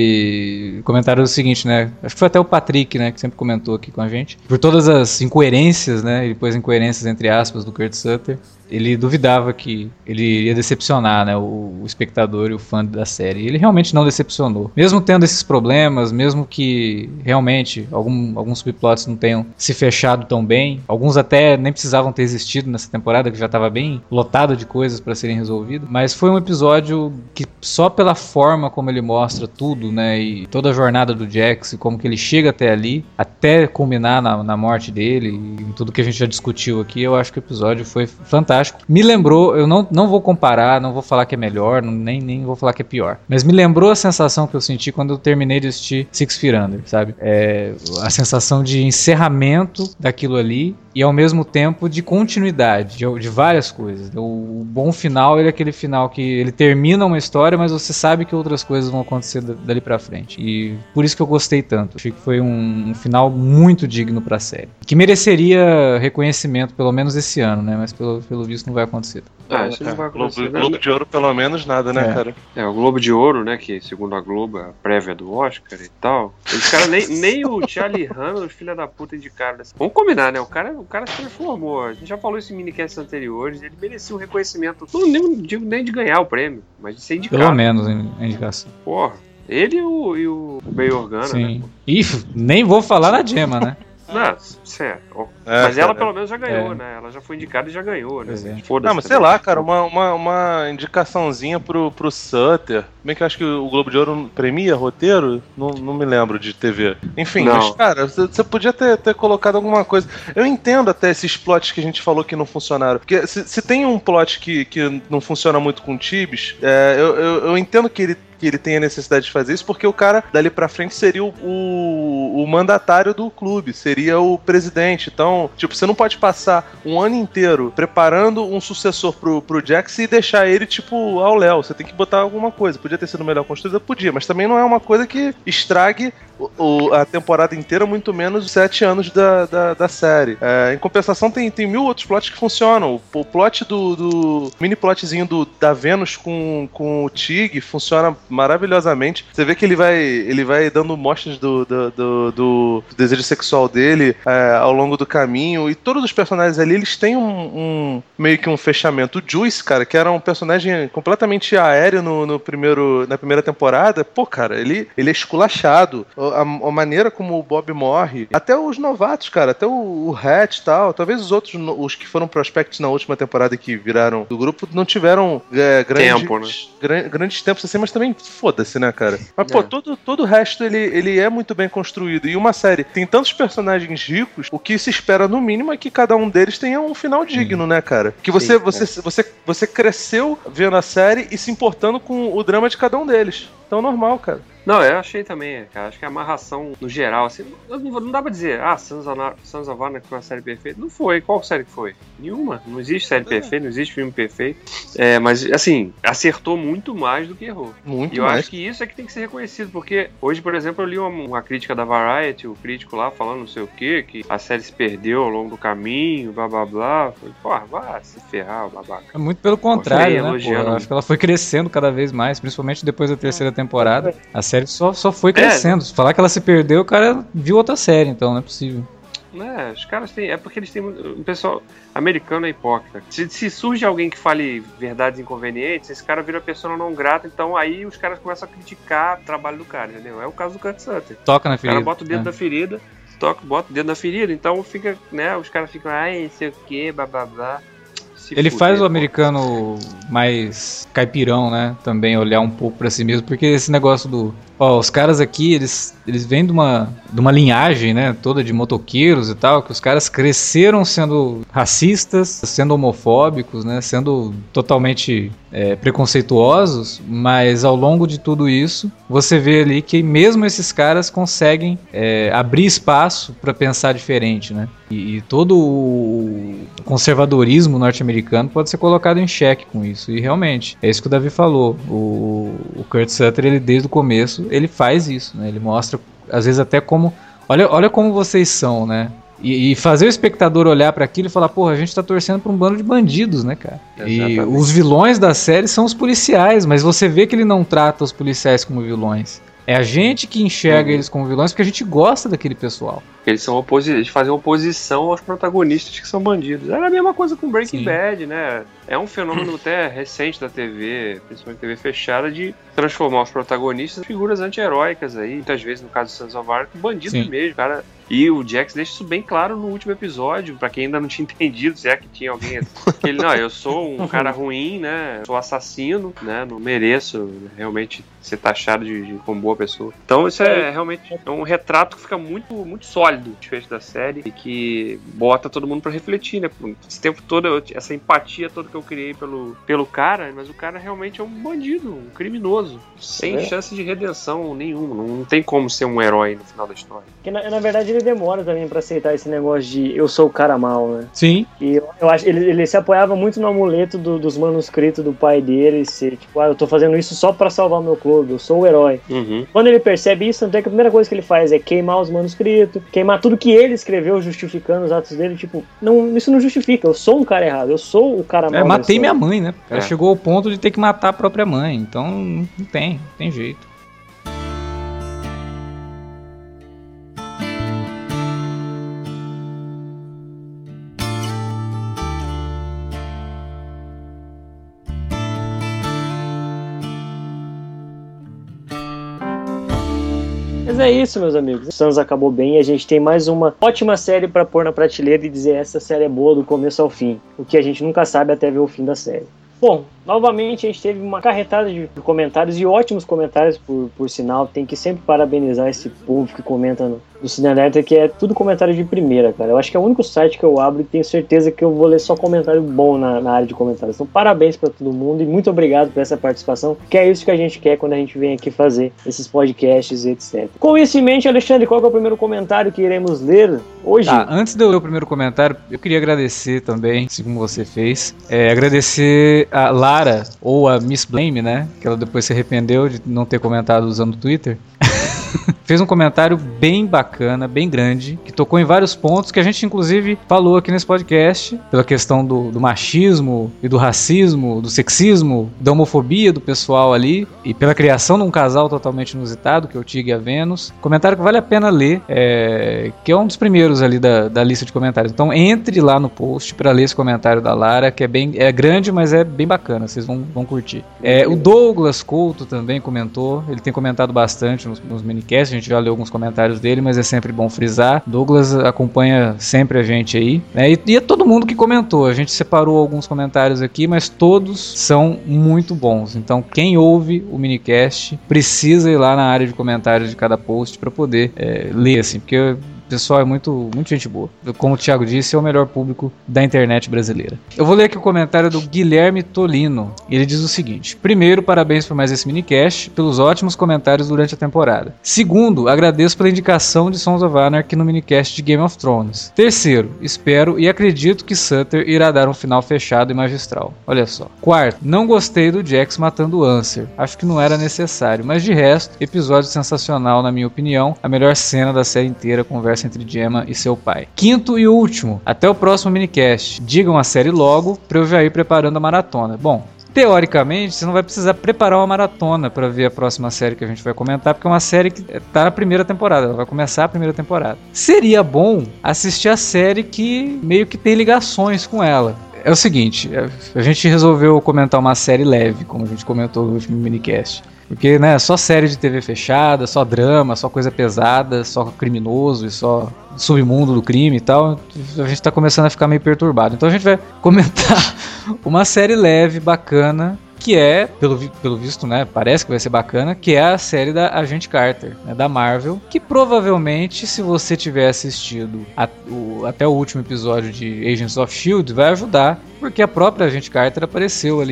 que comentaram o seguinte, né, acho que foi até o Patrick, né, que sempre comentou aqui com a gente, por todas as incoerências, né, e depois incoerências entre aspas do Kurt Sutter, ele duvidava que ele iria decepcionar, né, o, o espectador e o fã da série. E ele realmente não decepcionou. Mesmo tendo esses problemas, mesmo que realmente algum, alguns subplots não tenham se fechado tão bem, alguns até nem precisavam ter existido nessa temporada, que já estava bem lotado de coisas para serem resolvidas. Mas foi um episódio que só pela forma como ele mostra tudo, né, e toda a jornada do Jax, e como que ele chega até ali, até culminar na, na morte dele, e em tudo que a gente já discutiu aqui, eu acho que o episódio foi fantástico. Me lembrou, eu não, não vou comparar, não vou falar que é melhor, não, nem, nem vou falar que é pior, mas me lembrou a sensação que eu senti quando eu terminei de assistir Six Feet Under, sabe? É, a sensação de encerramento daquilo ali e ao mesmo tempo de continuidade de, de várias coisas. O, o bom final, ele é aquele final que ele termina uma história, mas você sabe que outras coisas vão acontecer dali pra frente, e por isso que eu gostei tanto. Achei que foi um, um final muito digno pra série, que mereceria reconhecimento pelo menos esse ano, né? Mas pelo, pelo visto não vai acontecer. Ah, isso não vai acontecer. Globo, Globo de Ouro pelo menos nada, né, É. cara? É, o Globo de Ouro, né, que segundo a Globo, é a prévia do Oscar e tal. Os caras nem, nem o Charlie Hunnam, os filha da puta, indicaram. Nessa- Vamos combinar, né? O cara, o cara se transformou. A gente já falou isso em minicasts anteriores. Ele merecia um reconhecimento. Não, nem, digo nem de ganhar o prêmio, mas de ser indicado. Pelo menos a indicação. Porra. Ele e o, e o Bay Organa, né? Sim. E nem vou falar na Gemma, né? Não, certo. É, mas ela cara. pelo menos já ganhou, É. né? Ela já foi indicada e já ganhou, né? Pois é. Foda-se. Não, mas sei também. lá, cara, uma, uma, uma indicaçãozinha pro, pro Sutter. Bem que eu acho que o Globo de Ouro premia roteiro? Não, não me lembro de T V. Enfim, Não. mas, cara, você você podia ter, ter colocado alguma coisa. Eu entendo até esses plots que a gente falou que não funcionaram. Porque se, se tem um plot que, que não funciona muito com o Tibbs, é, eu, eu, eu entendo que ele que ele tem a necessidade de fazer isso, porque o cara dali pra frente seria o, o, o mandatário do clube, seria o presidente. Então, tipo, você não pode passar um ano inteiro preparando um sucessor pro, pro Jax e deixar ele, tipo, ao léu. Você tem que botar alguma coisa. Podia ter sido melhor construída? Podia, mas também não é uma coisa que estrague o, o- a temporada inteira, muito menos os sete anos da, da, da série. É, em compensação, tem, tem mil outros plots que funcionam. O, o plot do, do mini plotzinho do, da Venus com, com o Tig funciona maravilhosamente. Você vê que ele vai, ele vai dando mostras do, do, do, do desejo sexual dele é, ao longo do caminho, e todos os personagens ali, eles têm um, um meio que um fechamento. O Juice, cara, que era um personagem completamente aéreo no, no primeiro, na primeira temporada, pô, cara, ele, ele é esculachado. A, a maneira como o Bob morre, até os novatos, cara, até o, o Hatch e tal, talvez os outros, no- os que foram prospects na última temporada que viraram do grupo, não tiveram é, grandes, Tempo, né? gran- grandes tempos assim, mas também foda-se, né, cara? Mas, pô, É. todo, todo o resto, ele, ele é muito bem construído. E uma série tem tantos personagens ricos, o que se espera, no mínimo, é que cada um deles tenha um final digno, né, cara? Que você, Sim, você, você, você cresceu vendo a série e se importando com o drama de cada um deles. Então, normal, cara. Não, eu achei também, cara. Acho que a amarração, no geral, assim, não, não dá pra dizer, ah, Sons of Ana- Sons of Anarchy foi uma série perfeita. Não foi. Qual série que foi? Nenhuma. Não existe série perfeita, não existe filme perfeito. É, mas, assim, acertou muito mais do que errou. Muito E eu mais. acho que isso é que tem que ser reconhecido, porque hoje, por exemplo, eu li uma, uma crítica da Variety, o crítico lá falando não sei o quê, que a série se perdeu ao longo do caminho, blá blá blá. Eu falei, porra, vai se ferrar, o babaca. É muito pelo contrário, né? Pô, elogiando. eu acho que ela foi crescendo cada vez mais, principalmente depois da terceira temporada. A série só, só foi crescendo. Se falar que ela se perdeu, o cara viu outra série, então não é possível. Né, os caras têm. É porque eles têm. muito- O pessoal americano é hipócrita. Se, se surge alguém que fale verdades inconvenientes, esse cara vira persona não grata, então aí os caras começam a criticar o trabalho do cara, entendeu? É o caso do Kurt Sutter. Toca na O ferida. cara bota o dedo É. na ferida, toca, bota o dedo na ferida, então fica, né? Os caras ficam, ai, não sei o que, blá blá blá. Se Ele fuder, faz o pô. americano mais caipirão, né? Também olhar um pouco pra si mesmo, porque esse negócio do... Ó, os caras aqui, eles, eles vêm de uma, de uma linhagem, né? Toda de motoqueiros e tal, que os caras cresceram sendo racistas, sendo homofóbicos, né? Sendo totalmente é, preconceituosos, mas ao longo de tudo isso, você vê ali que mesmo esses caras conseguem é, abrir espaço pra pensar diferente, né? E, e todo o conservadorismo norte-americano pode ser colocado em xeque com isso. E realmente, é isso que o Davi falou. O, o Kurt Sutter, ele desde o começo, ele faz isso, né? Ele mostra, às vezes até como... olha, olha como vocês são, né? E, e fazer o espectador olhar pra aquilo e falar, porra, a gente tá torcendo pra um bando de bandidos, né, cara? Exatamente. E os vilões da série são os policiais, mas você vê que ele não trata os policiais como vilões. É a gente que enxerga Uhum. eles como vilões porque a gente gosta daquele pessoal. Eles são oposi eles fazem oposição aos protagonistas que são bandidos. Era a mesma coisa com Breaking Sim. Bad, né? É um fenômeno até recente da T V, principalmente T V fechada, de transformar os protagonistas em figuras anti-heróicas aí. Muitas vezes, no caso do Sons of Anarchy, bandidos Sim. mesmo, cara. E o Jax deixa isso bem claro no último episódio, pra quem ainda não tinha entendido, se é que tinha alguém. Que ele, não, eu sou um cara ruim, né? Sou assassino, né? Não mereço realmente ser taxado de, de como boa pessoa. Então isso é realmente é um retrato que fica muito, muito sólido o desfecho da série e que bota todo mundo pra refletir, né? Esse tempo todo, eu- essa empatia toda que eu criei pelo, pelo cara, mas o cara realmente é um bandido, um criminoso, sem É. chance de redenção nenhuma. Não, não tem como ser um herói no final da história. Porque na, na verdade ele demora também pra aceitar esse negócio de eu sou o cara mal, né? Sim. E eu, eu acho ele, ele se apoiava muito no amuleto do- dos manuscritos do pai dele, ser tipo, ah, eu tô fazendo isso só pra salvar o meu clube, eu sou o herói. Uhum. Quando ele percebe isso, tanto é que a primeira coisa que ele faz é queimar os manuscritos, queimar tudo que ele escreveu justificando os atos dele, tipo, não, isso não justifica, eu sou um cara errado, eu sou o cara mal. É, da matei minha história. mãe, né? O cara É. chegou ao ponto de ter que matar a própria mãe. Então não não tem, não tem jeito. Mas é isso, meus amigos. O Suns acabou bem e a gente tem mais uma ótima série pra pôr na prateleira e dizer essa série é boa do começo ao fim. O que a gente nunca sabe até ver o fim da série. Bom, novamente a gente teve uma carretada de comentários e ótimos comentários, por, por sinal. Tem que sempre parabenizar esse povo que comenta no, no Cine Alerta, que é tudo comentário de primeira, cara. Eu acho que é o único site que eu abro e tenho certeza que eu vou ler só comentário bom na, na área de comentários. Então, parabéns pra todo mundo e muito obrigado por essa participação, que é isso que a gente quer quando a gente vem aqui fazer esses podcasts e etcétera. Com isso em mente, Alexandre, qual que é o primeiro comentário que iremos ler hoje? Tá, antes de eu ler o primeiro comentário, eu queria agradecer também, assim como você fez, é, agradecer a Lara, ou a Miss Blame, né, que ela depois se arrependeu de não ter comentado usando o Twitter. Fez um comentário bem bacana, bem grande, que tocou em vários pontos que a gente inclusive falou aqui nesse podcast, pela questão do, do machismo e do racismo, do sexismo, da homofobia do pessoal ali, e pela criação de um casal totalmente inusitado, que é o Tig e a Vênus. Comentário que vale a pena ler, é, que é um dos primeiros ali da, da lista de comentários. Então entre lá no post para ler esse comentário da Lara, que é bem é grande, mas é bem bacana, vocês vão, vão curtir. É, o Douglas Couto também comentou, ele tem comentado bastante nos, nos minicasts, a gente já leu alguns comentários dele, mas é sempre bom frisar. Douglas acompanha sempre a gente aí, né? E, e é todo mundo que comentou. A gente separou alguns comentários aqui, mas todos são muito bons. Então, quem ouve o minicast precisa ir lá na área de comentários de cada post para poder é, ler, assim, porque o pessoal é muito, muito gente boa. Como o Thiago disse, é o melhor público da internet brasileira. Eu vou ler aqui o comentário do Guilherme Tolino. Ele diz o seguinte: primeiro, parabéns por mais esse minicast, pelos ótimos comentários durante a temporada. Segundo, agradeço pela indicação de Sons of Anarchy no minicast de Game of Thrones. Terceiro, espero e acredito que Sutter irá dar um final fechado e magistral. Olha só. Quarto, não gostei do Jax matando o Answer. Acho que não era necessário, mas de resto, episódio sensacional na minha opinião. A melhor cena da série inteira, conversa entre Gemma e seu pai. Quinto e último, até o próximo minicast. Digam a série logo pra eu já ir preparando a maratona. Bom, teoricamente, você não vai precisar preparar uma maratona para ver a próxima série que a gente vai comentar, porque é uma série que tá na primeira temporada, ela vai começar a primeira temporada. Seria bom assistir a série que meio que tem ligações com ela. É o seguinte, a gente resolveu comentar uma série leve, como a gente comentou no último minicast. Porque, né, só série de T V fechada, só drama, só coisa pesada, só criminoso e só submundo do crime e tal, a gente tá começando a ficar meio perturbado. Então a gente vai comentar uma série leve, bacana, que é, pelo, pelo visto, né, parece que vai ser bacana, que é a série da Agente Carter, né, da Marvel, que provavelmente, se você tiver assistido a, o, até o último episódio de Agents of Shield, vai ajudar, porque a própria Agente Carter apareceu ali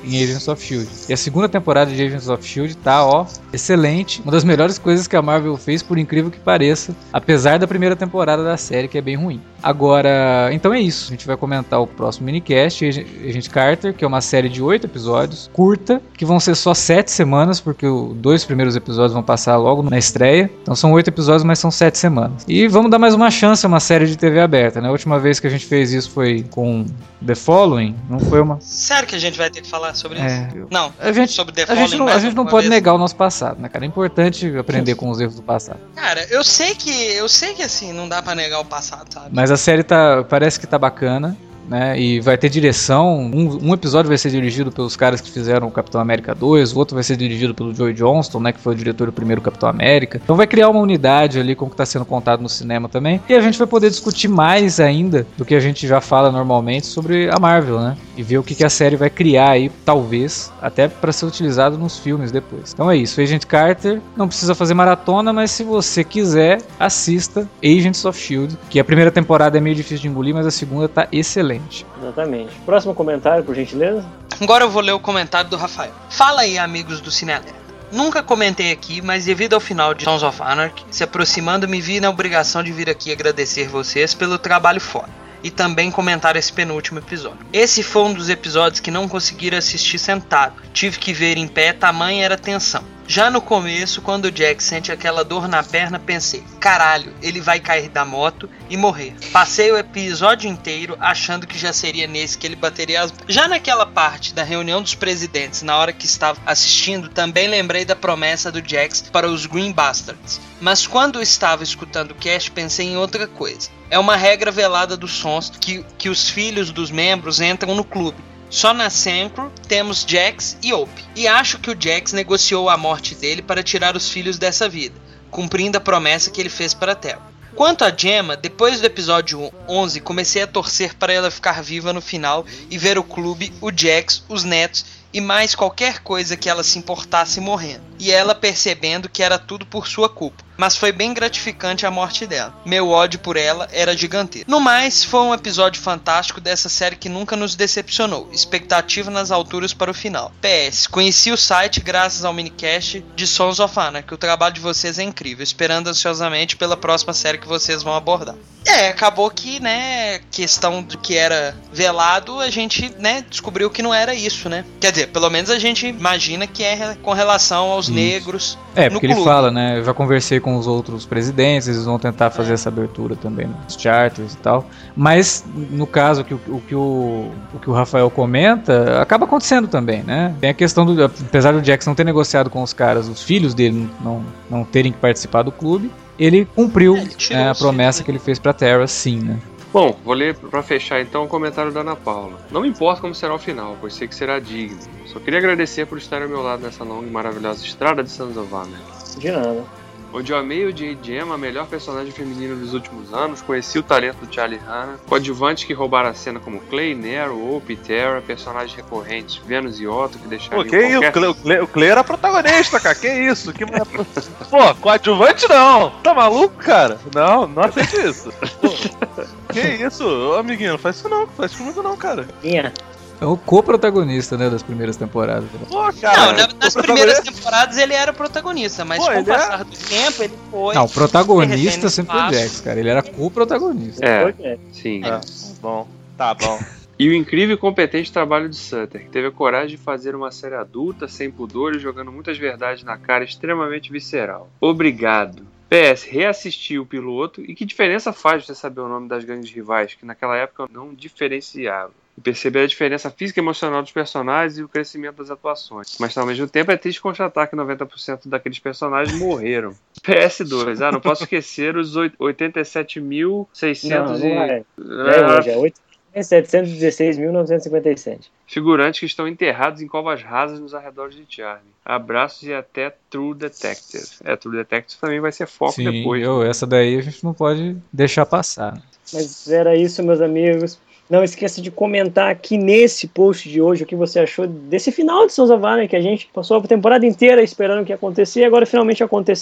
em Agents of Shield. E a segunda temporada de Agents of Shield tá, ó, excelente. Uma das melhores coisas que a Marvel fez, por incrível que pareça, apesar da primeira temporada da série, que é bem ruim. Agora, então é isso. A gente vai comentar o próximo minicast, Agent Carter, que é uma série de oito episódios, curta, que vão ser só sete semanas, porque os dois primeiros episódios vão passar logo na estreia. Então são oito episódios, mas são sete semanas. E vamos dar mais uma chance a uma série de T V aberta, né? A última vez que a gente fez isso foi com The Following, não foi uma... Sério que a gente vai ter que falar sobre É, isso? eu- Não, A gente, sobre The a Fallen gente não, a mais gente não uma pode vez. negar o nosso passado, né, cara? É importante aprender com os erros do passado. Cara, eu sei que, eu sei que assim, não dá pra negar o passado, sabe? Mas a série tá, parece que tá bacana, né? E vai ter direção. Um, um episódio vai ser dirigido pelos caras que fizeram o Capitão América dois, o outro vai ser dirigido pelo Joey Johnston, né? Que foi o diretor do primeiro Capitão América. Então vai criar uma unidade ali com o que tá sendo contado no cinema também. E a gente vai poder discutir mais ainda do que a gente já fala normalmente sobre a Marvel, né? E ver o que, que a série vai criar aí, talvez, até para ser utilizado nos filmes depois. Então é isso. Agent Carter não precisa fazer maratona, mas se você quiser, assista Agents of Shield, que a primeira temporada é meio difícil de engolir, mas a segunda tá excelente. Exatamente. Próximo comentário, por gentileza. Agora eu vou ler o comentário do Rafael. Fala aí, amigos do Cinealerta. Nunca comentei aqui, mas devido ao final de Sons of Anarchy se aproximando, me vi na obrigação de vir aqui agradecer vocês pelo trabalho foda. E também comentar esse penúltimo episódio. Esse foi um dos episódios que não consegui assistir sentado. Tive que ver em pé, tamanha era a tensão. Já no começo, quando o Jack sente aquela dor na perna, pensei, caralho, ele vai cair da moto e morrer. Passei o episódio inteiro achando que já seria nesse que ele bateria as... Já naquela parte da reunião dos presidentes, na hora que estava assistindo, também lembrei da promessa do Jax para os Green Bastards. Mas quando estava escutando o cast, pensei em outra coisa. É uma regra velada dos sons que, que os filhos dos membros entram no clube. Só na Synchro temos Jax e Hope. E acho que o Jax negociou a morte dele para tirar os filhos dessa vida, cumprindo a promessa que ele fez para a Terra. Quanto a Gemma, depois do episódio onze, comecei a torcer para ela ficar viva no final e ver o clube, o Jax, os netos e mais qualquer coisa que ela se importasse morrendo. E ela percebendo que era tudo por sua culpa. Mas foi bem gratificante a morte dela. Meu ódio por ela era gigantesco. No mais, foi um episódio fantástico dessa série que nunca nos decepcionou. Expectativa nas alturas para o final. P S. Conheci o site graças ao minicast de Sons of Anarchy, que o trabalho de vocês é incrível. Esperando ansiosamente pela próxima série que vocês vão abordar. É, acabou que, né, questão do que era velado, a gente, né, descobriu que não era isso, né? Quer dizer, pelo menos a gente imagina que é com relação aos Isso. negros. É, no porque ele clube. fala, né? Eu já conversei com os outros presidentes, eles vão tentar fazer essa abertura também nos charters e tal. Mas, no caso, o que o, o, que o, o que o Rafael comenta, acaba acontecendo também, né? Tem a questão do. Apesar do Jax não ter negociado com os caras, os filhos dele não, não terem que participar do clube, ele cumpriu É, ele tirou é, a os promessa filhos, que ele fez pra Terra, sim, né? Bom, vou ler pra fechar então o comentário da Ana Paula. Não me importa como será o final, pois sei que será digno. Só queria agradecer por estar ao meu lado nessa longa e maravilhosa estrada de Sons of Anarchy. De nada. Onde eu amei o J. Gemma, a melhor personagem feminina dos últimos anos, conheci o talento do Charlie Hanna, coadjuvantes que roubaram a cena como Clay, Nero, Hope e Terra, personagens recorrentes, Venus e Otto, que deixaram Pô, que isso? O Clay, o Clay- o Clay era protagonista, cara. Que isso? Que... Pô, coadjuvante não. Tá maluco, cara? Não, não aceito isso. Pô, que isso? Ô, amiguinho, não faz isso não. Faz isso comigo não, cara. Tinha. É o co-protagonista, né, das primeiras temporadas. Pô, Não, cara. na- nas o primeiras protagonista- temporadas ele era protagonista, mas Pô, com o ele passar é- do tempo ele foi... Não, o protagonista perdendo sempre foi o espaço. Jax, cara. Ele era co-protagonista. É, Foi, é. sim. Ah, bom, tá bom. E o incrível e competente trabalho de Sutter, que teve a coragem de fazer uma série adulta, sem pudores, jogando muitas verdades na cara, extremamente visceral. Obrigado. P S. Reassisti o piloto e que diferença faz você saber o nome das gangues rivais, que naquela época eu não diferenciava. E perceber a diferença física e emocional dos personagens e o crescimento das atuações. Mas ao mesmo tempo é triste constatar que noventa por cento daqueles personagens morreram. P S dois. Ah, não posso esquecer os oitenta e sete mil Não, seiscentos não e... é. É hoje, é oito mil setecentos e dezesseis mil novecentos e cinquenta e sete. figurantes que estão enterrados em covas rasas nos arredores de Charlie. Abraços e até True Detective. É, True Detective também vai ser foco Sim, depois. eu, essa daí a gente não pode deixar passar. Mas era isso, meus amigos. Não esqueça de comentar aqui nesse post de hoje o que você achou desse final de Sons of Anarchy, que a gente passou a temporada inteira esperando que ia acontecer e agora finalmente aconteceu.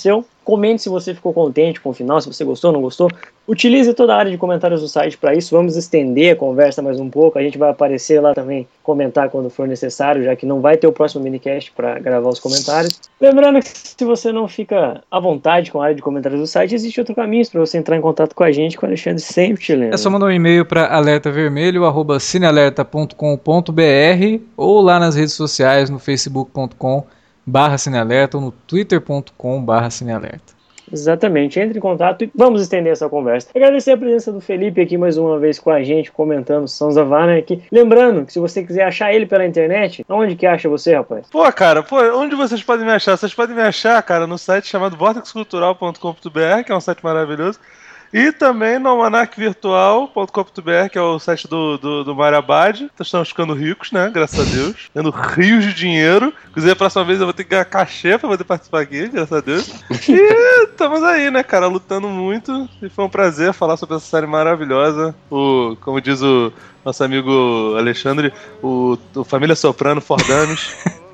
Comente se você ficou contente com o final, se você gostou ou não gostou. Utilize toda a área de comentários do site para isso. Vamos estender a conversa mais um pouco. A gente vai aparecer lá também, comentar quando for necessário, já que não vai ter o próximo minicast para gravar os comentários. Lembrando que se você não fica à vontade com a área de comentários do site, existe outro caminho para você entrar em contato com a gente, com o Alexandre sempre te lembra. É só mandar um e-mail para alertavermelho arroba cinealerta ponto com ponto b r ou lá nas redes sociais no facebook ponto com barra cinealerta ou no twitter ponto com barra cinealerta. Exatamente, entre em contato e vamos estender essa conversa. Agradecer a presença do Felipe aqui mais uma vez com a gente, comentando Sons of Anarchy. Lembrando que se você quiser achar ele pela internet, onde que acha você, rapaz? Pô, cara, pô, onde vocês podem me achar? Vocês podem me achar, cara, no site chamado vortex cultural ponto com ponto b r, que é um site maravilhoso. E também no almanac virtual ponto com ponto b r, que é o site do, do, do Mário Abad. Estamos ficando ricos, né? Graças a Deus. Tendo rios de dinheiro. Inclusive, a próxima vez eu vou ter que ganhar cachê pra poder participar aqui, graças a Deus. E estamos aí, né, cara? Lutando muito. E foi um prazer falar sobre essa série maravilhosa. O, como diz o nosso amigo Alexandre, o, o Família Soprano for Dummies.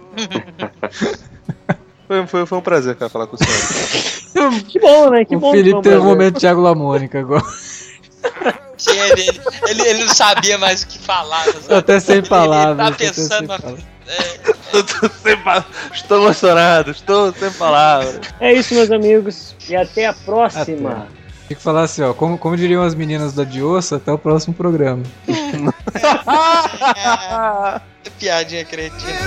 Foi, foi, foi um prazer, cara, falar com o senhor. Que bom, né? Que o bom. Felipe teve um momento de Thiago Lamônica agora. Ele, ele, ele, ele não sabia mais o que falar. Tô até sem palavras. Ele tá pensando na... É. Estou emocionado, estou sem palavras. É isso, meus amigos. E até a próxima. Até. Tem que falar assim, ó. Como, como diriam as meninas da Diossa, até o próximo programa. É, piadinha cretina.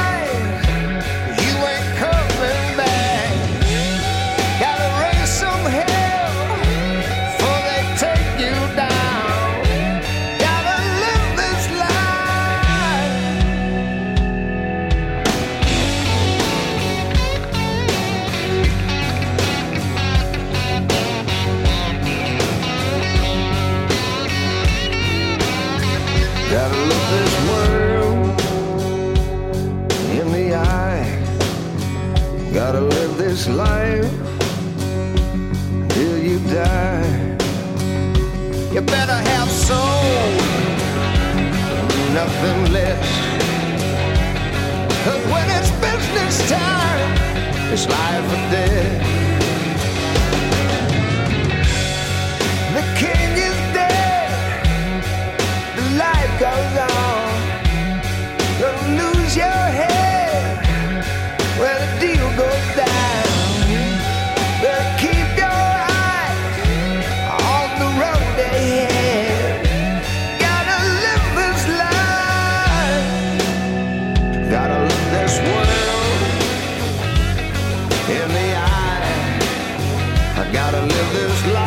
Gotta look this world in the eye. Gotta live this life till you die. You better have soul, nothing less. 'Cause when it's business time, it's life or death. The king is dead, the life goes on. Don't lose your head when the deal goes down. But keep your eyes on the road ahead. Gotta live this life. Gotta look this world in the eye. I gotta live this life.